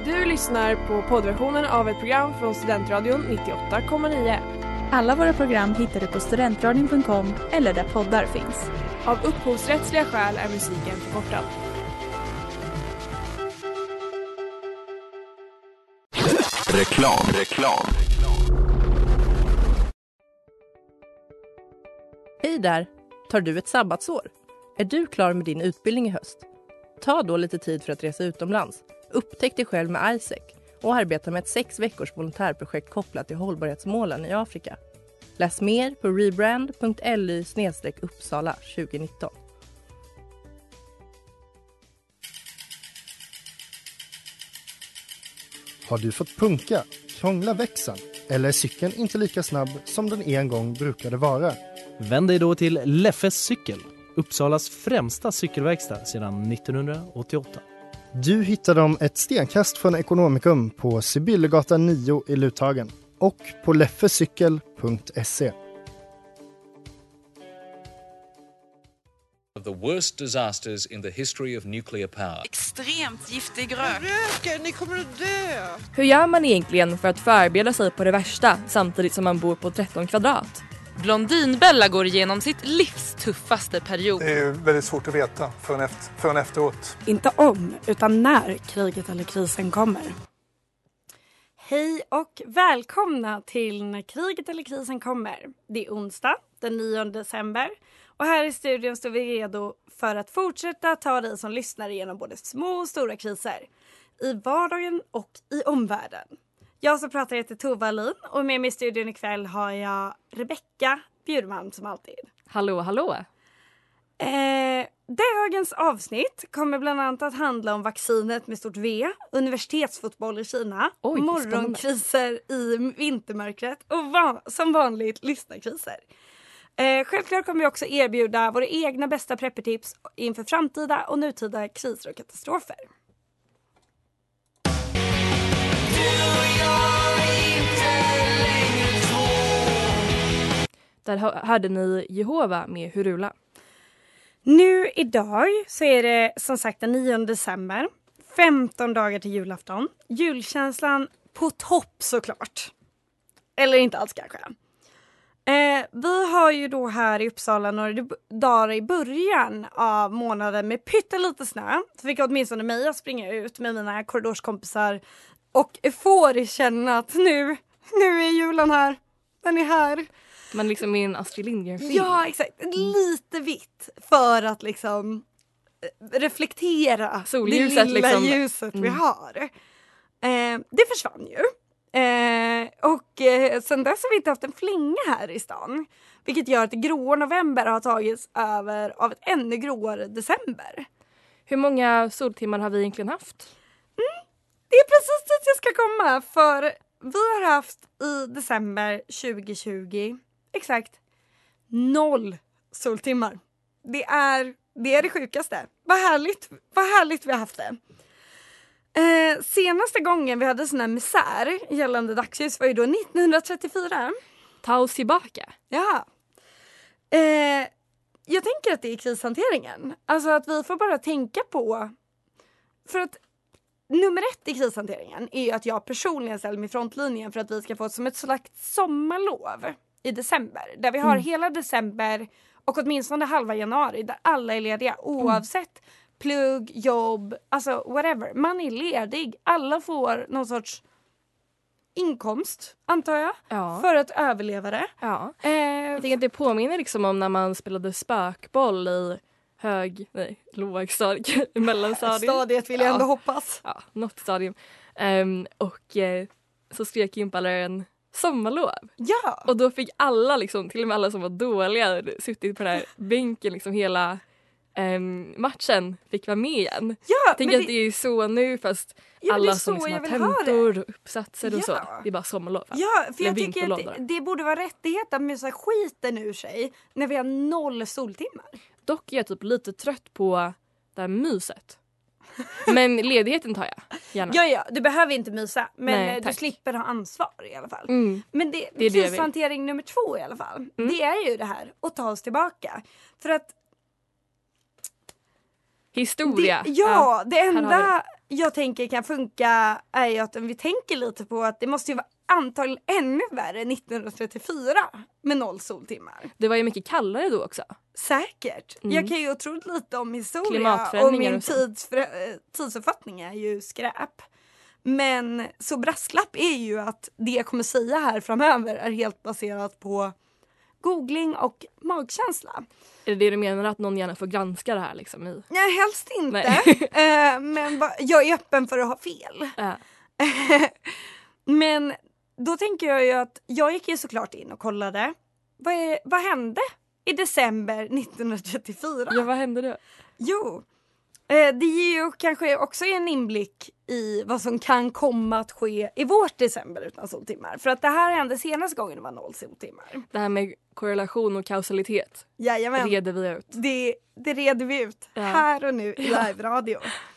Du lyssnar på poddversionen av ett program från Studentradion 98,9. Alla våra program hittar du på studentradion.com eller där poddar finns. Av upphovsrättsliga skäl är musiken förkortad. Reklam. Hej där! Tar du ett sabbatsår? Är du klar med din utbildning i höst? Ta då lite tid för att resa utomlands. Upptäck dig själv med ISEC och arbeta med ett 6 veckors volontärprojekt kopplat till hållbarhetsmålen i Afrika. Läs mer på rebrand.ly/Uppsala 2019. Har du fått punka, krångla växeln eller är cykeln inte lika snabb som den en gång brukade vara? Vänd dig då till Leffes cykel, Uppsalas främsta cykelverkstad sedan 1988. Du hittar dem ett stenkast från Ekonomikum på Sibyllegatan 9 i Luthagen och på leffecykel.se. Of the worst disasters in the history of nuclear power. Extremt giftig rök. Ni kommer att dö! Hur gör man egentligen för att förbereda sig på det värsta samtidigt som man bor på 13 kvadrat? Blondinbella går igenom sitt livs tuffaste period. Det är väldigt svårt att veta förrän efteråt. Inte om, utan när kriget eller krisen kommer. Hej och välkomna till När kriget eller krisen kommer. Det är onsdag, den 9 december. Och här i studion står vi redo för att fortsätta ta dig som lyssnar igenom både små och stora kriser. I vardagen och i omvärlden. Jag som pratar heter Tova Lin och med mig i studion ikväll har jag Rebecka Bjurman som alltid. Hallå. Dagens avsnitt kommer bland annat att handla om vaccinet med stort V, universitetsfotboll i Kina, morgonkriser i vintermörkret och som vanligt lyssnarkriser. Självklart kommer vi också erbjuda våra egna bästa preppertips inför framtida och nutida kriser och katastrofer. Där hörde ni Jehova med Hurula. Nu idag så är det som sagt den 9 december. 15 dagar till julafton. Julkänslan på topp såklart. Eller inte alls kanske. Vi har ju då här i Uppsala några dagar i början av månaden med pyttelite snö. Så fick åtminstone mig att springa ut med mina korridorskompisar och euforiskt känna att nu är julen här. Den är här. Man liksom är en Astrid Lindgren-film. Ja, exakt. Lite vitt för att liksom reflektera solljuset, det lilla liksom. ljuset vi har. Det försvann ju. Sen dess har vi inte haft en flinga här i stan. Vilket gör att det gråa november har tagits över av ett ännu gråare december. Hur många soltimmar har vi egentligen haft? Det är precis dit jag ska komma. För vi har haft i december 2020 exakt 0 soltimmar. Det är det sjukaste. Vad härligt vi har haft det. Senaste gången vi hade sån här misär gällande dagsljus var ju då 1934. Ta oss tillbaka. Ja. Jag tänker att det är krishanteringen. Alltså att vi får bara tänka på. För att nummer 1 i krishanteringen är ju att jag personligen ställer mig i frontlinjen för att vi ska få som ett slags sommarlov i december. Där vi har hela december och åtminstone halva januari där alla är lediga oavsett plugg, jobb, alltså whatever. Man är ledig. Alla får någon sorts inkomst, antar jag, för att överleva det. Ja. Jag tänker att det påminner liksom om när man spelade spökboll i lågstadiet, mellanstadiet. Stadiet vill jag ändå hoppas. Ja, något stadium. Så skrek gympaläraren sommarlov. Ja. Och då fick alla, liksom, till och med alla som var dåliga, suttit på den här bänken liksom hela matchen fick vara med igen. Ja, jag tänker att det är så nu fast alla som liksom har tentor och uppsatser och så. Det är bara sommarlov. Ja, för jag tycker att det borde vara rättighet att mysa skiten ur sig när vi har 0 soltimmar. Dock är jag typ lite trött på det här myset. Men ledigheten tar jag gärna. Ja, du behöver inte mysa. Men nej, du slipper ha ansvar i alla fall. Men det är krishantering nummer 2 i alla fall. Det är ju det här att ta oss tillbaka. För att historia. Det enda jag tänker kan funka är ju att vi tänker lite på att det måste ju vara antagligen ännu värre 1934 med 0 soltimmar. Det var ju mycket kallare då också. Säkert. Jag kan ju otroligt lite om historia och min tidsuppfattning är ju skräp. Men så brasklapp är ju att det jag kommer säga här framöver är helt baserat på googling och magkänsla. Är det du menar, att någon gärna får granska det här liksom? Nej, helst inte. Men jag är öppen för att ha fel. Men då tänker jag ju att jag gick ju såklart in och kollade. Vad hände i december 1934? Ja, vad hände då? Jo, det ger ju kanske också en inblick i vad som kan komma att ske i vårt december utan soltimmar. För att det här hände senaste gången det var 0 soltimmar. Det här med korrelation och kausalitet. Jajamän. Det reder vi ut. Det reder vi ut här och nu i live-radio.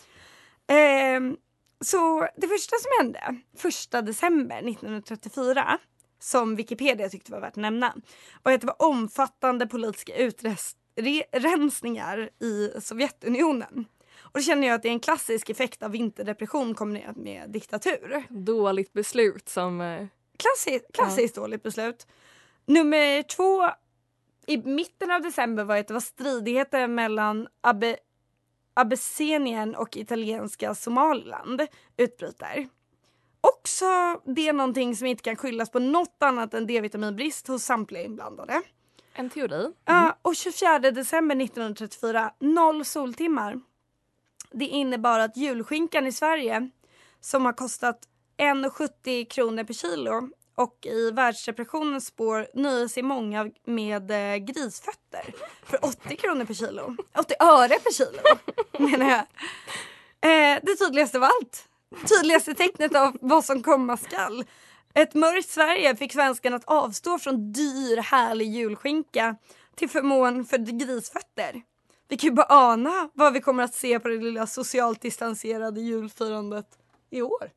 Så det första som hände 1 december 1934, som Wikipedia tyckte var värt att nämna, var att det var omfattande politiska utrensningar i Sovjetunionen. Och då känner jag att det är en klassisk effekt av vinterdepression kombinerat med diktatur. Dåligt beslut som... Klassiskt dåligt beslut. Nummer 2 i mitten av december var att det var stridigheter mellan Abessinien och italienska Somaliland utbryter. Också det är någonting som inte kan skyllas på något annat än D-vitaminbrist hos samtliga inblandade. En teori. Och 24 december 1934, 0 soltimmar. Det innebar att julskinkan i Sverige, som har kostat 1,70 kronor per kilo, och i världsdepressionens spår nöjer sig många med grisfötter för 80 kronor per kilo. 80 öre per kilo, menar jag. Det tydligaste av allt. Tydligaste tecknet av vad som komma skall. Ett mörkt Sverige fick svenskarna att avstå från dyr, härlig julskinka till förmån för grisfötter. Vi kan ju bara ana vad vi kommer att se på det lilla socialt distanserade julfirandet i år.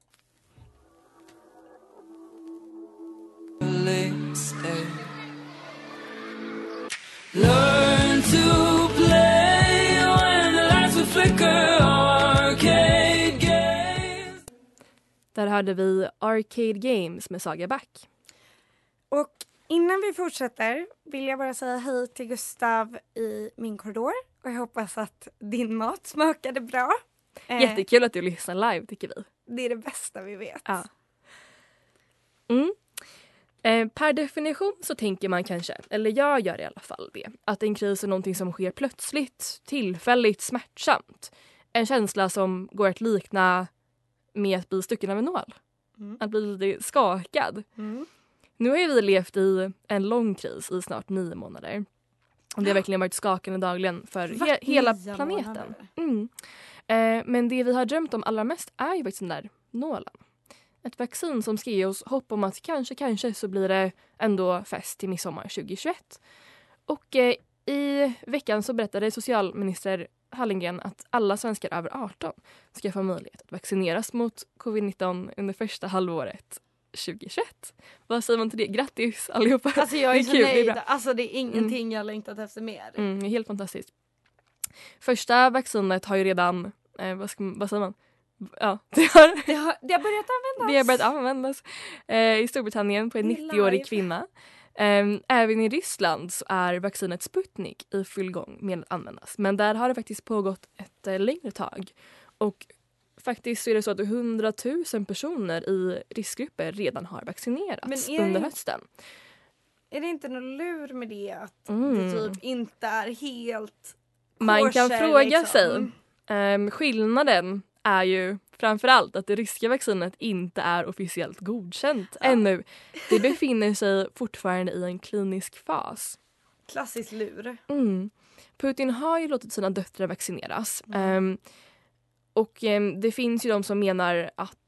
Learn to play when the lights will flicker. Arcade games. Där hörde vi Arcade Games med Saga Back. Och innan vi fortsätter vill jag bara säga hej till Gustav i min korridor. Och jag hoppas att din mat smakade bra. Jättekul att du lyssnar live, tycker vi. Det är det bästa vi vet. Ja. Per definition så tänker man kanske, eller jag gör i alla fall det, att en kris är någonting som sker plötsligt, tillfälligt, smärtsamt. En känsla som går att likna med att bli stucken av en nål. Att bli lite skakad. Nu har ju vi levt i en lång kris i snart 9 månader. Och det har verkligen varit skakande dagligen för hela planeten. Men det vi har drömt om allra mest är ju faktiskt den där nålen. Ett vaccin som ska ge oss hopp om att kanske så blir det ändå fest till midsommar 2021. Och i veckan så berättade socialminister Hallengren att alla svenskar över 18 ska få möjlighet att vaccineras mot covid-19 under första halvåret 2021. Vad säger man till det? Grattis allihopa. Alltså jag är så kul, nöjd. det är bra. Alltså det är ingenting jag längtat efter mer. Det är helt fantastiskt. Första vaccinet har ju redan, vad säger man? Ja, det har börjat användas. Det har börjat användas i Storbritannien på en 90-årig kvinna. Även i Ryssland så är vaccinet Sputnik i full gång med att användas. Men där har det faktiskt pågått ett längre tag. Och faktiskt så är det så att 100 000 personer i riskgrupper redan har vaccinerats under hösten. Är det inte någon lur med det att det typ inte är helt man kan fråga liksom sig. Skillnaden är ju framförallt att det ryska vaccinet inte är officiellt godkänt ännu. Det befinner sig fortfarande i en klinisk fas. Klassisk lur. Putin har ju låtit sina döttrar vaccineras. Och det finns ju de som menar att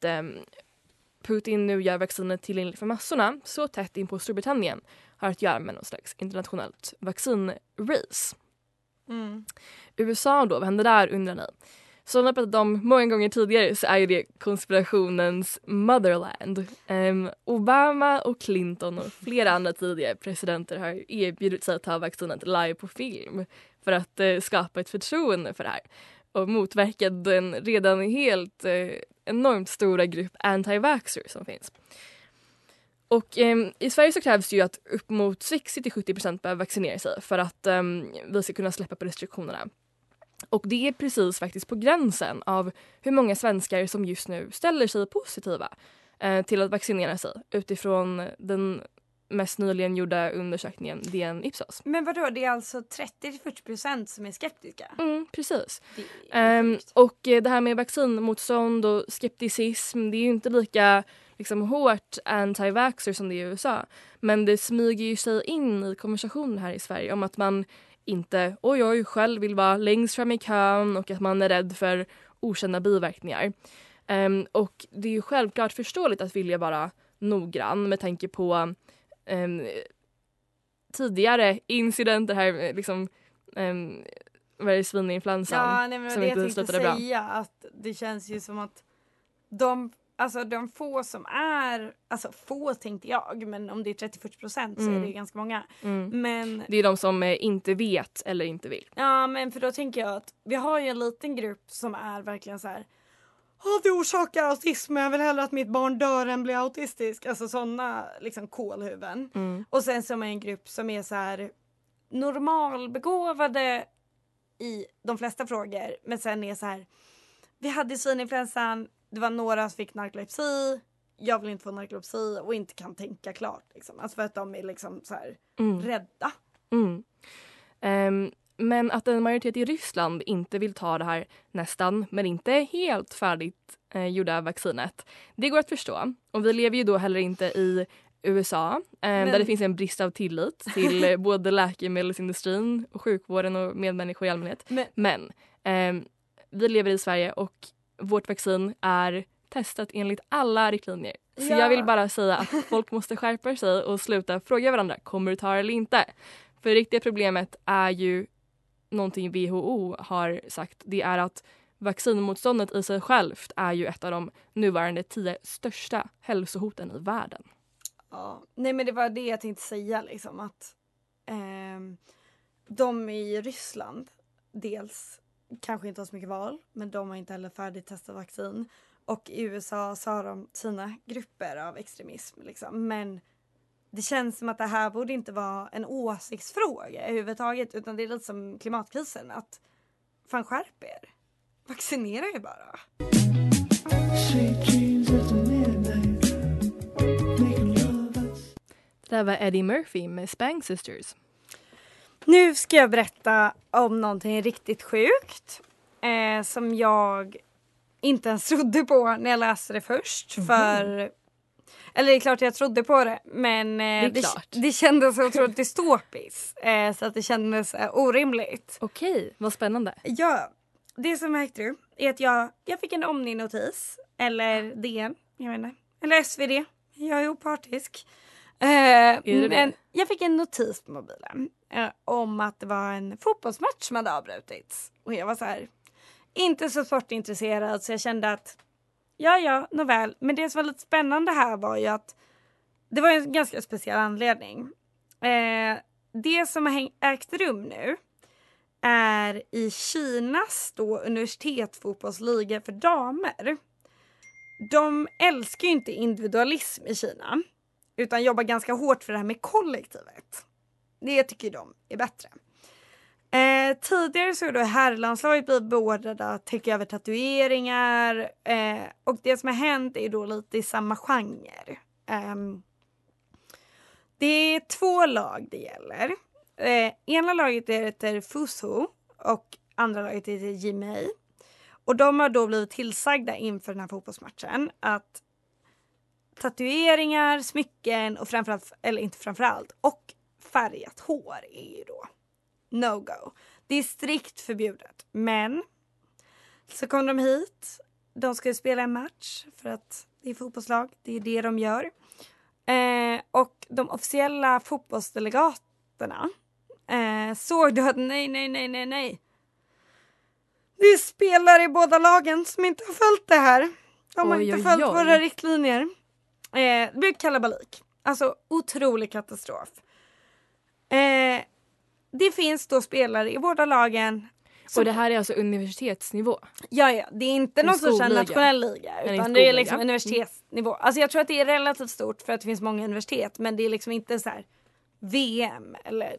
Putin nu gör vaccinet tillgängligt för massorna så tätt in på Storbritannien har att göra med någon slags internationellt vaccinrace. USA då, vad händer där undrar ni? Som jag har pratat om många gånger tidigare så är ju det konspirationens motherland. Obama och Clinton och flera andra tidigare presidenter har erbjudit sig att ta vaccinet live på film för att skapa ett förtroende för det här. och motverka den redan helt enormt stora grupp anti-vaxxers som finns. Och i Sverige så krävs det ju att upp mot 60-70% behöver vaccinera sig för att vi ska kunna släppa på restriktionerna. Och det är precis faktiskt på gränsen av hur många svenskar som just nu ställer sig positiva till att vaccinera sig utifrån den mest nyligen gjorda undersökningen DN Ipsos. Men vadå, det är alltså 30-40% som är skeptiska? Precis. Och det här med vaccinmotstånd och skepticism, det är ju inte lika liksom hårt anti-vaxxer som det är i USA. Men det smyger ju sig in i konversationen här i Sverige om att man inte, jag själv vill vara längst fram i kön och att man är rädd för okända biverkningar. Och det är ju självklart förståeligt att vilja vara noggrann med tanke på tidigare incidenter här, liksom vad är det, svininfluensan? Ja, nej, men som det inte jag tänkte slutade säga, bra. att det känns ju som att de få som är, alltså få tänkte jag, men om det är 30-40% så är det ju ganska många. Men det är de som inte vet eller inte vill. ja, men för då tänker jag att vi har ju en liten grupp som är verkligen så här: det orsakar autism, jag vill hellre att mitt barn dör än blir autistisk. Alltså sådana liksom kolhuvuden. Och sen som är en grupp som är så här normalbegåvade i de flesta frågor, men sen är så här: vi hade svininfluensan, det var några som fick narkolepsi, jag vill inte få narkolepsi och inte kan tänka klart liksom. Alltså för att de är liksom så här rädda. Men att en majoritet i Ryssland inte vill ta det här nästan, men inte helt färdigt gjorda vaccinet, det går att förstå. Och vi lever ju då heller inte i USA där det finns en brist av tillit till både läkemedelsindustrin och sjukvården och medmänniskor i allmänhet. Men vi lever i Sverige och vårt vaccin är testat enligt alla riktlinjer. Så jag vill bara säga att folk måste skärpa sig och sluta fråga varandra, kommer du ta det eller inte? För det riktiga problemet är ju någonting WHO har sagt. Det är att vaccinmotståndet i sig självt är ju ett av de nuvarande 10 största hälsohoten i världen. Ja, nej men det var det jag tänkte säga liksom, att de i Ryssland dels kanske inte har så mycket val, men de har inte heller färdigt testat vaccin. Och i USA så har de sina grupper av extremism liksom. Men det känns som att det här borde inte vara en åsiktsfråga överhuvudtaget, utan det är lite som klimatkrisen, att fan skärp er. Vaccinera er bara. Det där var Eddie Murphy med Spank Sisters. Nu ska jag berätta om någonting riktigt sjukt som jag inte ens trodde på när jag läste det först. För, eller det är klart jag trodde på det, men det kändes så otroligt dystopiskt. Så att det kändes orimligt. Okej, vad spännande. Ja, det som ägt rum är att jag fick en Omni-notis. Eller DN, jag vet inte. Eller SvD, jag är opartisk. Men jag fick en notis på mobilen om att det var en fotbollsmatch som hade avbrutits. Och jag var så här, inte så sportintresserad, så jag kände att nåväl. Men det som var lite spännande här var ju att det var en ganska speciell anledning. Det som har ägt rum nu är i Kinas då universitetsfotbollsliga för damer. De älskar ju inte individualism i Kina, utan jobbar ganska hårt för det här med kollektivet. Det tycker de är bättre. Tidigare så har då herrlandslaget blivit beordrade att täcka över tatueringar. Och det som har hänt är då lite i samma genre. Det är 2 lag det gäller. Ena laget heter Fuso och andra laget heter Jimei. Och de har då blivit tillsagda inför den här fotbollsmatchen att tatueringar, smycken och framförallt, eller inte framförallt, och färgat hår är ju då no-go. Det är strikt förbjudet. Men så kom de hit. De ska spela en match för att det är fotbollslag. Det är det de gör. Och de officiella fotbollsdelegaterna såg då att nej. Det är spelare i båda lagen som inte har följt det här. De har inte följt våra riktlinjer. Det blir kalabalik. Alltså otrolig katastrof. Det finns då spelare i båda lagen. Och det här är alltså universitetsnivå? Ja, det är inte någon sorts nationell liga utan det är liksom universitetsnivå. Alltså jag tror att det är relativt stort för att det finns många universitet, men det är liksom inte så här VM eller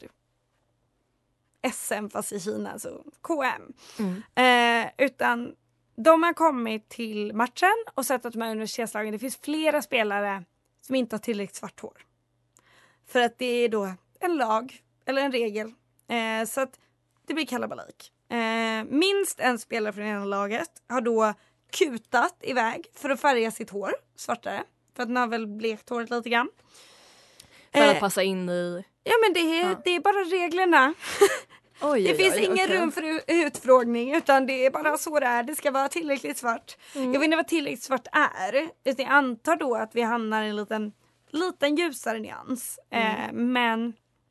SM fast i Kina, alltså KM. Utan de har kommit till matchen och sett att de här universitetslagen, det finns flera spelare som inte har tillräckligt svart hår. För att det är då en lag eller en regel. Så att det blir kalabalik. Minst en spelare från ena laget har då kutat iväg för att färga sitt hår svartare. För att den har väl blekt håret lite grann. För att passa in i... Ja, men det är bara reglerna. Det finns ingen rum för utfrågning, utan det är bara så det är. Det ska vara tillräckligt svart. Jag vet inte vad tillräckligt svart är. Jag antar då att vi hamnar i en liten ljusare nyans. Men...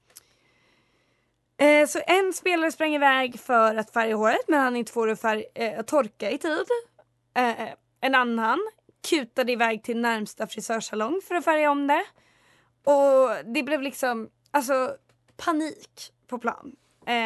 Så en spelare sprang iväg för att färga håret, men han inte får det torka i tid. En annan kutade iväg till närmsta frisörsalong för att färga om det. Och det blev liksom panik på plan.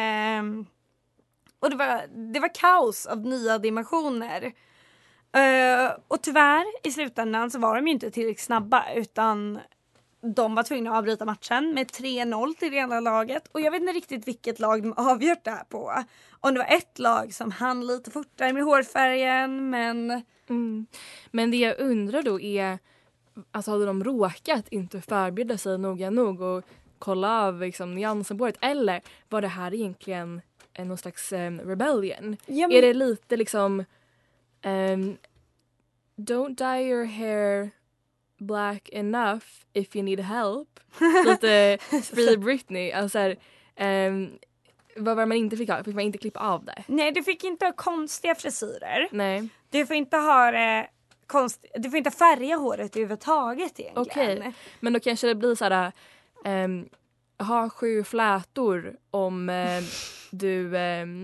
Och det var kaos av nya dimensioner. Och tyvärr i slutändan så var de ju inte tillräckligt snabba, utan de var tvungna att avbryta matchen med 3-0 till det ena laget. Och jag vet inte riktigt vilket lag de avgjort det här på. Om det var ett lag som hann lite fortare med hårfärgen, men... Men det jag undrar då är, alltså hade de råkat inte förbereda sig noga nog och kolla av liksom nyansen på det, eller var det här egentligen någon slags rebellion? Ja, men... Är det lite liksom don't dye your hair black enough if you need help? Lite Free Britney. Alltså vad var man inte fick ha? Fick man inte klippa av det? Nej, du fick inte ha konstiga frisyrer. Nej. Du får inte ha du får inte färga håret överhuvudtaget egentligen. Okej, men då kanske det blir så här ha 7 flätor om du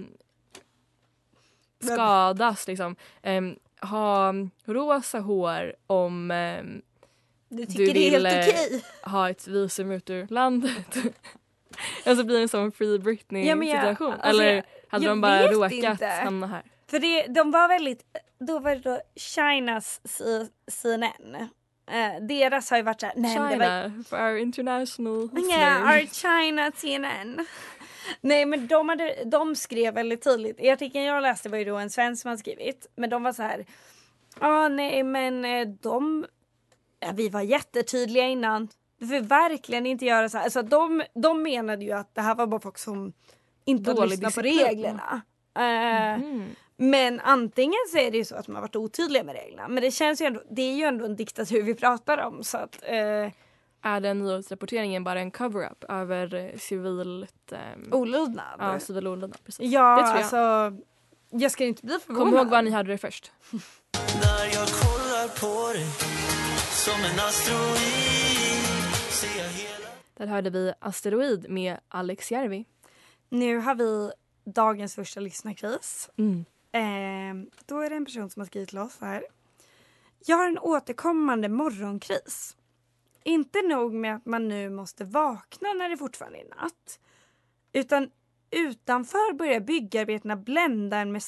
skadas liksom. Ha rosa hår om du det är helt okej. Ha ett visum ut ur landet. Alltså blir det en sån Free Britney-situation. Eller hade de bara råkat hamna här? För de var väldigt... Då var det då Chinas CNN. Deras har ju varit så här... China, for our international listeners. Yeah, our China CNN. Nej, men de skrev väldigt tydligt. I artikeln jag läste var ju då en svensk som hade skrivit. Men de var så här... nej, men vi var jättetydliga innan. Du får verkligen inte göra så här. Alltså, de menade ju att det här var bara folk som inte hade lyssnat på reglerna. Men antingen så är det ju så att de har varit otydliga med reglerna. Men det känns ju ändå, det är ju ändå en diktatur vi pratar om. Så att, är den nyhetsrapporteringen bara en cover-up över civilt... olydnad? Ja, civil olydnad, precis. Ja, det tror jag. Alltså, jag ska inte bli förvånad. Kom ihåg vad ni hade det först. När jag kollar på dig som en asteroid ser jag hela... Där hörde vi Asteroid med Alex Järvi. Nu har vi dagens första lyssnarkris. Då är det en person som har skrivit till oss här. Jag har en återkommande morgonkris. Inte nog med att man nu måste vakna när det fortfarande är natt. Utan utanför börjar byggarbetena blända en med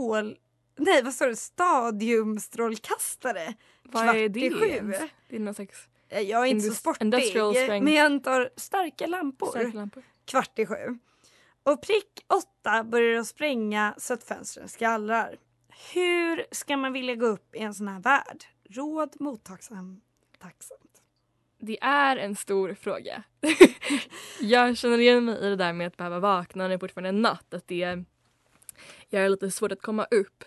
stadiumstrålkastare. Vad är det? Det är någon slags... Jag är inte så sportig, men jag antar starka lampor. 6:45. Och prick 8 börjar att spränga så att fönstren skallrar. Hur ska man vilja gå upp i en sån här värld? Råd tacksamt. Det är en stor fråga. Jag känner igen mig i det där med att behöva vakna när det är fortfarande är natt. Att det gör det lite svårt att komma upp.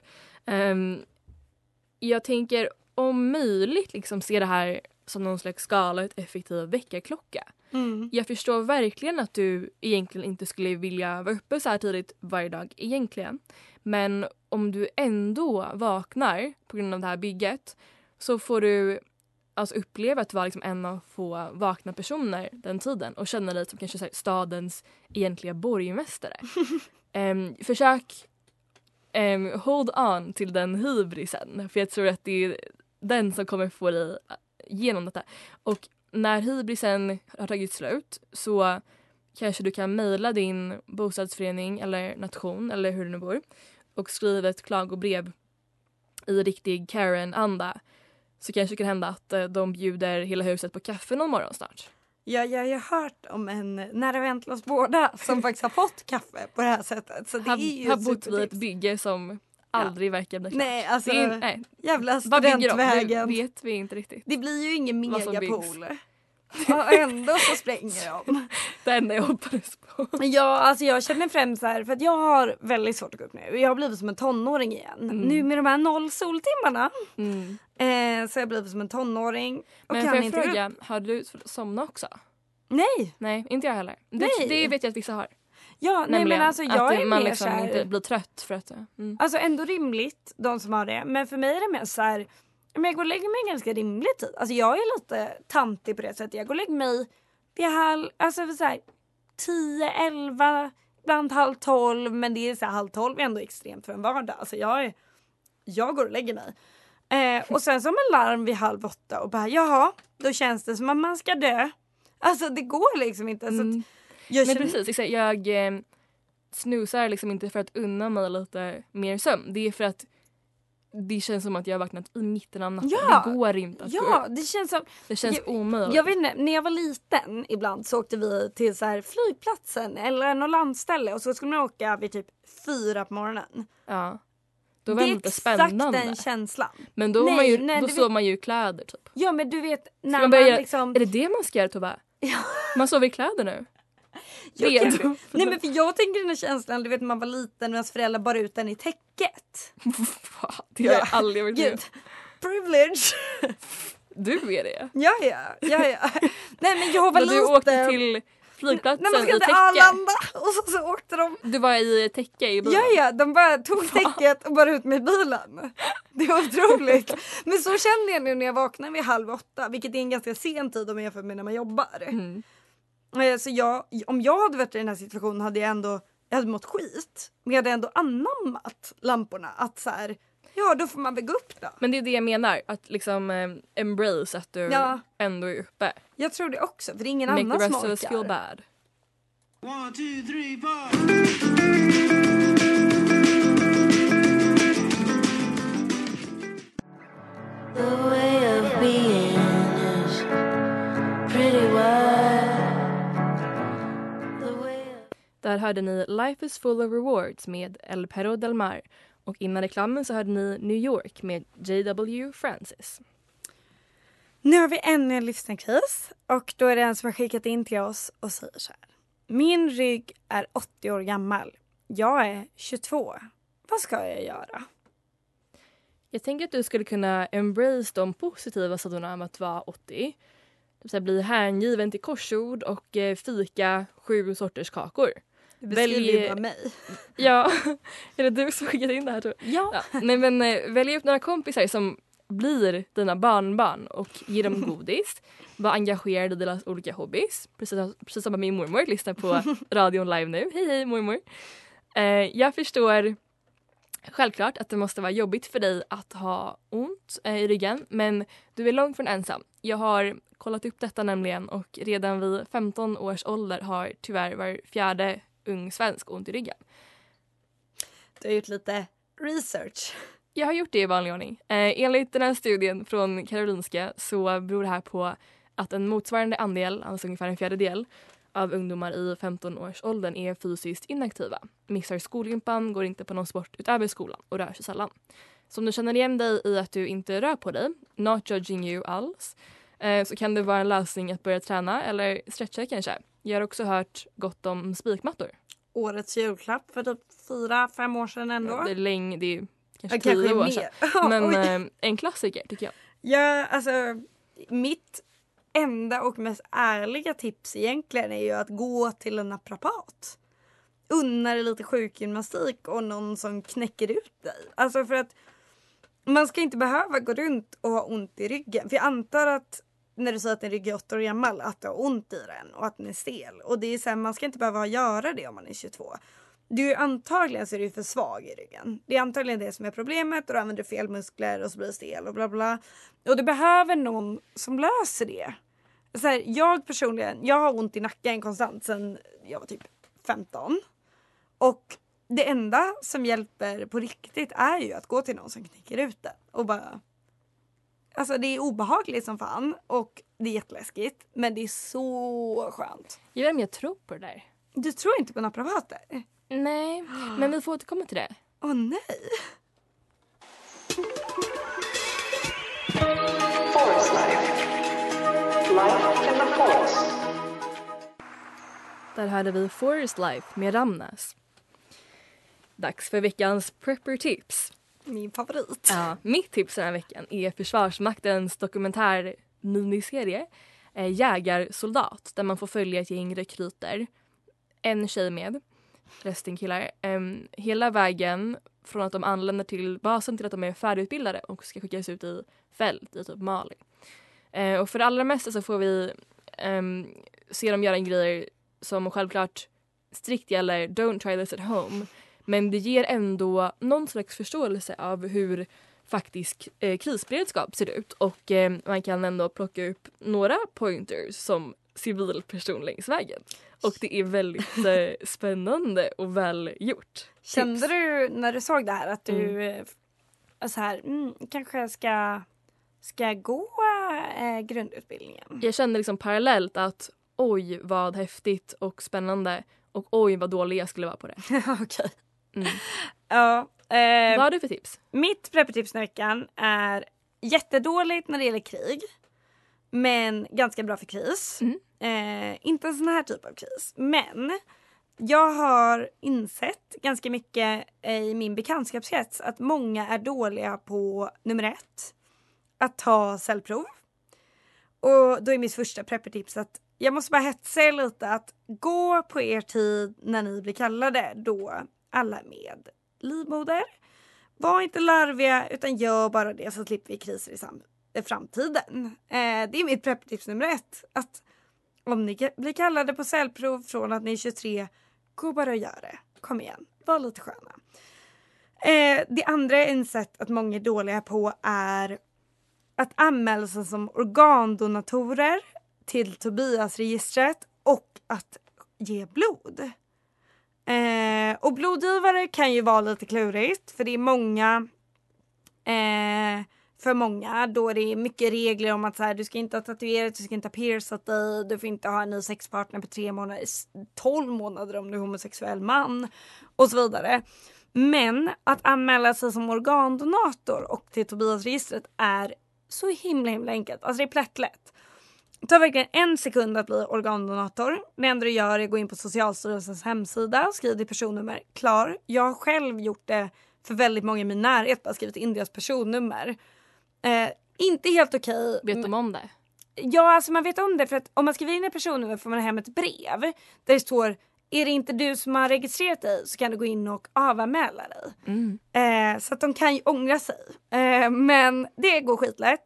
Jag tänker om möjligt liksom se det här som någon slags skalat effektiv väckarklocka. Jag förstår verkligen att du egentligen inte skulle vilja vara uppe så här tidigt varje dag egentligen. Men om du ändå vaknar på grund av det här bygget så får du alltså uppleva att du var liksom en av få vakna personer den tiden och känna dig som kanske så här, stadens egentliga borgmästare. Försök hold on till den hybrisen, för jag tror att det är den som kommer få dig genom detta. Och när hybrisen har tagit slut så kanske du kan mejla din bostadsförening eller nation eller hur du nu bor och skriva ett klagobrev i riktig Karen-anda. Så kanske det kan hända att de bjuder hela huset på kaffe någon morgon snart. Ja, jag har hört om en nära vän till oss båda som faktiskt har fått kaffe på det här sättet. Så det är ju har bott vid ett bygge som aldrig verkar bli klart. Nej, alltså nej. jävla studentvägen. Det vet vi inte riktigt. Det blir ju ingen megapool. Och ändå så spränger de. Det enda jag hoppades på. Ja, alltså jag känner främst så här, för att jag har väldigt svårt att gå upp nu. Jag har blivit som en tonåring igen. Nu med de här 0 soltimmarna. Så jag blivit som en tonåring. Och men kan får jag inte fråga, har du somnat också? Nej. Nej, inte jag heller. Nej. Det vet jag att vissa har. Ja, nej men alltså jag att är man mer liksom så här, inte blir trött för att... Alltså ändå rimligt, de som har det. Men för mig är det mer så här... Men jag går och lägger mig en ganska rimlig tid. Alltså jag är lite tantig på det sättet. Jag går och lägger mig vid alltså så här 10, 11, ibland 11:30. Men det är så här 11:30 är ändå extremt för en vardag. Alltså jag går och lägger mig. Och sen som en larm vid 7:30 och bara jaha, då känns det som att man ska dö. Alltså det går liksom inte. Så att men precis, jag snusar liksom inte för att unna mig lite mer sömn. Det är för att det känns som att jag har vaknat i mitten av natten. Ja, det går inte att gå upp. Det känns omöjligt. Jag vet inte, när jag var liten ibland så åkte vi till så här flygplatsen eller något landställe och så skulle man åka vid typ 4 på morgonen. Ja. Då var det lite spännande. Det är exakt den känslan. Men då, då såg man ju kläder typ. Ja, men du vet när man liksom... Är det det man ska göra, Tova? Ja. Man sover i kläder nu. Nej, men för jag tänker den här känslan, du vet man var liten och ens föräldrar bar ut den i täcket. Det har jag aldrig varit med. Privilege. Du är det? Ja. Nej, men jag var liten. Du åkte till flygplatsen när man ska i täcke. Arlanda och så åkte de. Du var i täcke i bilen? Ja, de bara tog täcket och bara ut med bilen. Det var otroligt. Men så kände jag nu när jag vaknade vid 7:30, vilket är en ganska sen tid om jag jämför med när man jobbar. Så om jag hade varit i den här situationen hade jag hade mått skit. Men jag hade ändå anammat lamporna. Att så här, ja då får man väl gå upp då. Men det är det jag menar. Att liksom embrace att du ändå är uppe. Jag tror det också. För det är ingen annan som orkar. Make the rest of us feel bad. 1, 2, 3, 4. The way of being is pretty wild. Där hörde ni Life is full of rewards med El Perro del Mar. Och innan reklamen så hörde ni New York med J.W. Francis. Nu har vi ännu en livsstilskris och då är det en som har skickat in till oss och säger så här. Min rygg är 80 år gammal. Jag är 22. Vad ska jag göra? Jag tänker att du skulle kunna embrace de positiva sidorna av att vara 80. Det bli hängiven till korsord och fika 7 sorters kakor. Det beskriver ju bara mig. Ja, är det du som skickat in det här tror jag? Ja. Nej, men välj upp några kompisar som blir dina barnbarn och ge dem godis. Var engagerad i deras olika hobbies. Precis som min mormor lyssnar på radion live nu. Hej mormor. Jag förstår självklart att det måste vara jobbigt för dig att ha ont i ryggen. Men du är långt från ensam. Jag har kollat upp detta nämligen och redan vid 15 års ålder har tyvärr var 4:e ung svensk ont i ryggen. Du har gjort lite research. Jag har gjort det i vanlig ordning. Enligt den här studien från Karolinska så beror det här på att en motsvarande andel, alltså ungefär en 1/4 av ungdomar i 15-årsåldern är fysiskt inaktiva. Missar skolgympan, går inte på någon sport utöver skolan och rör sig sällan. Så om du känner igen dig i att du inte rör på dig, not judging you alls, så kan det vara en lösning att börja träna eller stretcha kanske. Jag har också hört gott om spikmattor. Årets julklapp för typ 4-5 år sedan ändå. Ja, det är länge, det är kanske 10 år sedan. Men en klassiker tycker jag. Ja, alltså mitt enda och mest ärliga tips egentligen är ju att gå till en naprapat. Unna dig lite sjukgymnastik och någon som knäcker ut dig. Alltså för att man ska inte behöva gå runt och ha ont i ryggen. För jag antar att när du säger att din rygg är 8 år gammal att du har ont i den och att den är stel. Och det är så här, man ska inte behöva göra det om man är 22. Du är antagligen så är du för svag i ryggen. Det är antagligen det som är problemet och du använder fel muskler och så blir det stel och bla bla. Och du behöver någon som löser det. så här, jag personligen, jag har ont i nacken konstant sen jag var typ 15. Och det enda som hjälper på riktigt är ju att gå till någon som knycker ut den. Och bara... Alltså det är obehagligt som fan och det är jätteläskigt. Men det är så skönt. Jag tror på det där. Du tror inte på naprapater? Nej, men vi får återkomma till det. Åh nej. Forest life. Life in the forest. Där hade vi Forest Life med Ramnas. Dags för veckans prepper-tips. Min favorit. Ja, mitt tips den här veckan är Försvarsmaktens dokumentär-miniserie Jägarsoldat, där man får följa ett gäng rekryter. En tjej med, resten killar. Hela vägen från att de anländer till basen till att de är färdigutbildade och ska skickas ut i fält i typ Mali. Och för det allra mesta så får vi se dem göra grejer som självklart strikt gäller don't try this at home. Men det ger ändå någon slags förståelse av hur faktisk krisberedskap ser ut. Och man kan ändå plocka upp några pointers som civilperson längs vägen. Och det är väldigt spännande och väl gjort. Kände du när du såg det här att du så här, kanske ska gå grundutbildningen? Jag kände liksom parallellt att oj vad häftigt och spännande och oj vad dålig jag skulle vara på det. Okej. Ja, vad har du för tips? Mitt preppertips den veckan är jättedåligt när det gäller krig. Men ganska bra för kris. Inte en sån här typ av kris. Men jag har insett ganska mycket i min bekantskapskrets att många är dåliga på nummer 1. Att ta cellprov. Och då är mitt första preppertips att jag måste bara hetsa er lite att gå på er tid när ni blir kallade då alla med livmoder. Var inte larviga utan gör bara det så slipper vi kriser i framtiden. Det är mitt preppertips nummer 1. Att om ni blir kallade på cellprov från att ni är 23, gå bara och gör det. Kom igen, var lite sköna. Det andra jag insett att många är dåliga på är att anmäla sig som organdonatorer till Tobias-registret och att ge blod. Och blodgivare kan ju vara lite klurigt för det är många för många då det är mycket regler om att så här, du ska inte ha tatuerat, du ska inte ha piercat dig, du får inte ha en ny sexpartner på 3 månader, 12 månader om du är homosexuell man och så vidare. Men att anmäla sig som organdonator och till Tobias-registret är så himla enkelt. Alltså det är plättlätt. Det tar verkligen 1 sekund att bli organdonator. Det enda du gör är att gå in på Socialstyrelsens hemsida, skriv ditt personnummer, klar. Jag har själv gjort det för väldigt många i min närhet, bara skrivit in deras personnummer. Inte helt okej. Vet de om det? Ja, alltså man vet om det för att om man skriver in ett personnummer får man hem ett brev där det står är det inte du som har registrerat dig så kan du gå in och avanmäla dig. Så att de kan ju ångra sig. Men det går skitlätt.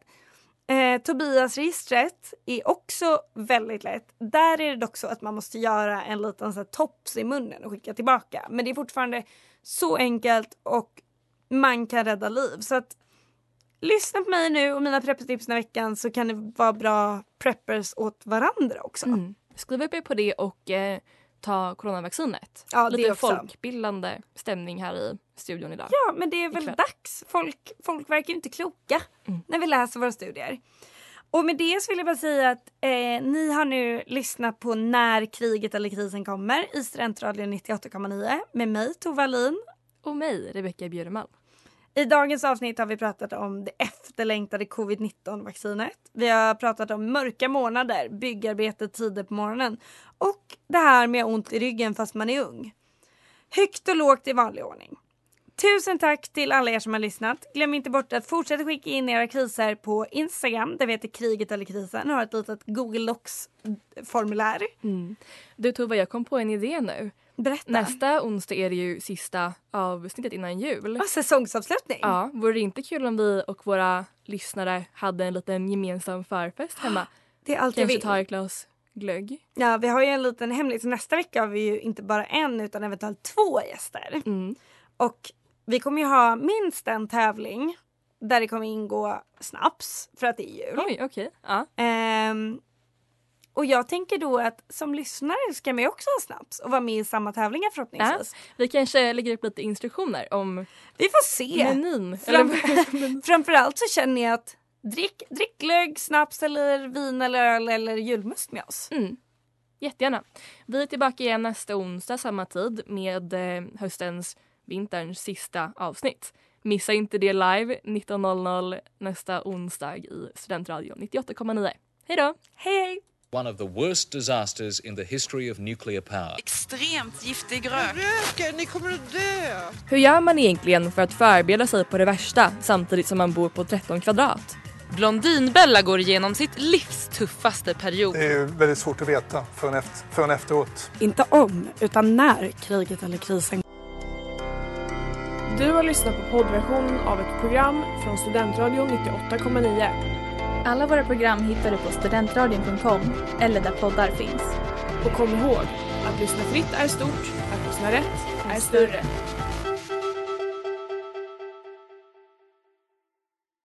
Tobias-registret är också väldigt lätt. Där är det dock så att man måste göra en liten så här, tops i munnen och skicka tillbaka. Men det är fortfarande så enkelt och man kan rädda liv. Så att lyssna på mig nu och mina preppertips den här veckan så kan det vara bra preppers åt varandra också. Skriv upp er på det och ta coronavaccinet. Ja, lite det också. Folkbildande stämning här i studion idag. Ja, men det är väl dags. Folk verkar inte kloka när vi läser våra studier. Och med det så vill jag bara säga att ni har nu lyssnat på När kriget eller krisen kommer i Studentradion 98,9 med mig Tova Lin och mig Rebecka Björnemalm. I dagens avsnitt har vi pratat om det efterlängtade covid-19-vaccinet. Vi har pratat om mörka månader, byggarbete tidigt på morgonen och det här med ont i ryggen fast man är ung. Högt och lågt i vanlig ordning. Tusen tack till alla er som har lyssnat. Glöm inte bort att fortsätta skicka in era kriser på Instagram. Där vi heter kriget eller krisen. Har ett litet Google Docs-formulär. Du Tova, jag kom på en idé nu. Berätta. Nästa onsdag är det ju sista avsnittet innan jul. Säsongsavslutning. Ja, vore det inte kul om vi och våra lyssnare hade en liten gemensam förfest hemma? Det är allt jag vill. vill. Ta ett glas glögg. Ja, vi har ju en liten hemlighet. Så nästa vecka har vi ju inte bara en utan eventuellt 2 gäster. Och vi kommer ju ha minst en tävling där det kommer ingå snaps för att det är jul. Oj, okej. Ja. Och jag tänker då att som lyssnare ska man ju också ha snaps och vara med i samma tävlingar förhoppningsvis. Vi kanske lägger upp lite instruktioner om vi får se. Menyn. Framförallt så känner jag att drick glögg, snaps eller vin eller öl eller julmust med oss. Jättegärna. Vi är tillbaka igen nästa onsdag samma tid med vinterns sista avsnitt. Missa inte det live 19.00 nästa onsdag i Studentradion 98,9. Hej då! Hej! One of the worst disasters in the history of nuclear power. Extremt giftig rök. Röker, ni kommer att dö! Hur gör man egentligen för att förbereda sig på det värsta samtidigt som man bor på 13 kvadrat? Blondinbella går igenom sitt livs tuffaste period. Det är väldigt svårt att veta förrän efteråt. Inte om, utan när kriget eller krisen. Du har lyssnat på poddversionen av ett program från Studentradion 98,9. Alla våra program hittar du på studentradion.com eller där poddar finns. Och kom ihåg, att lyssna fritt är stort, att lyssna rätt är större.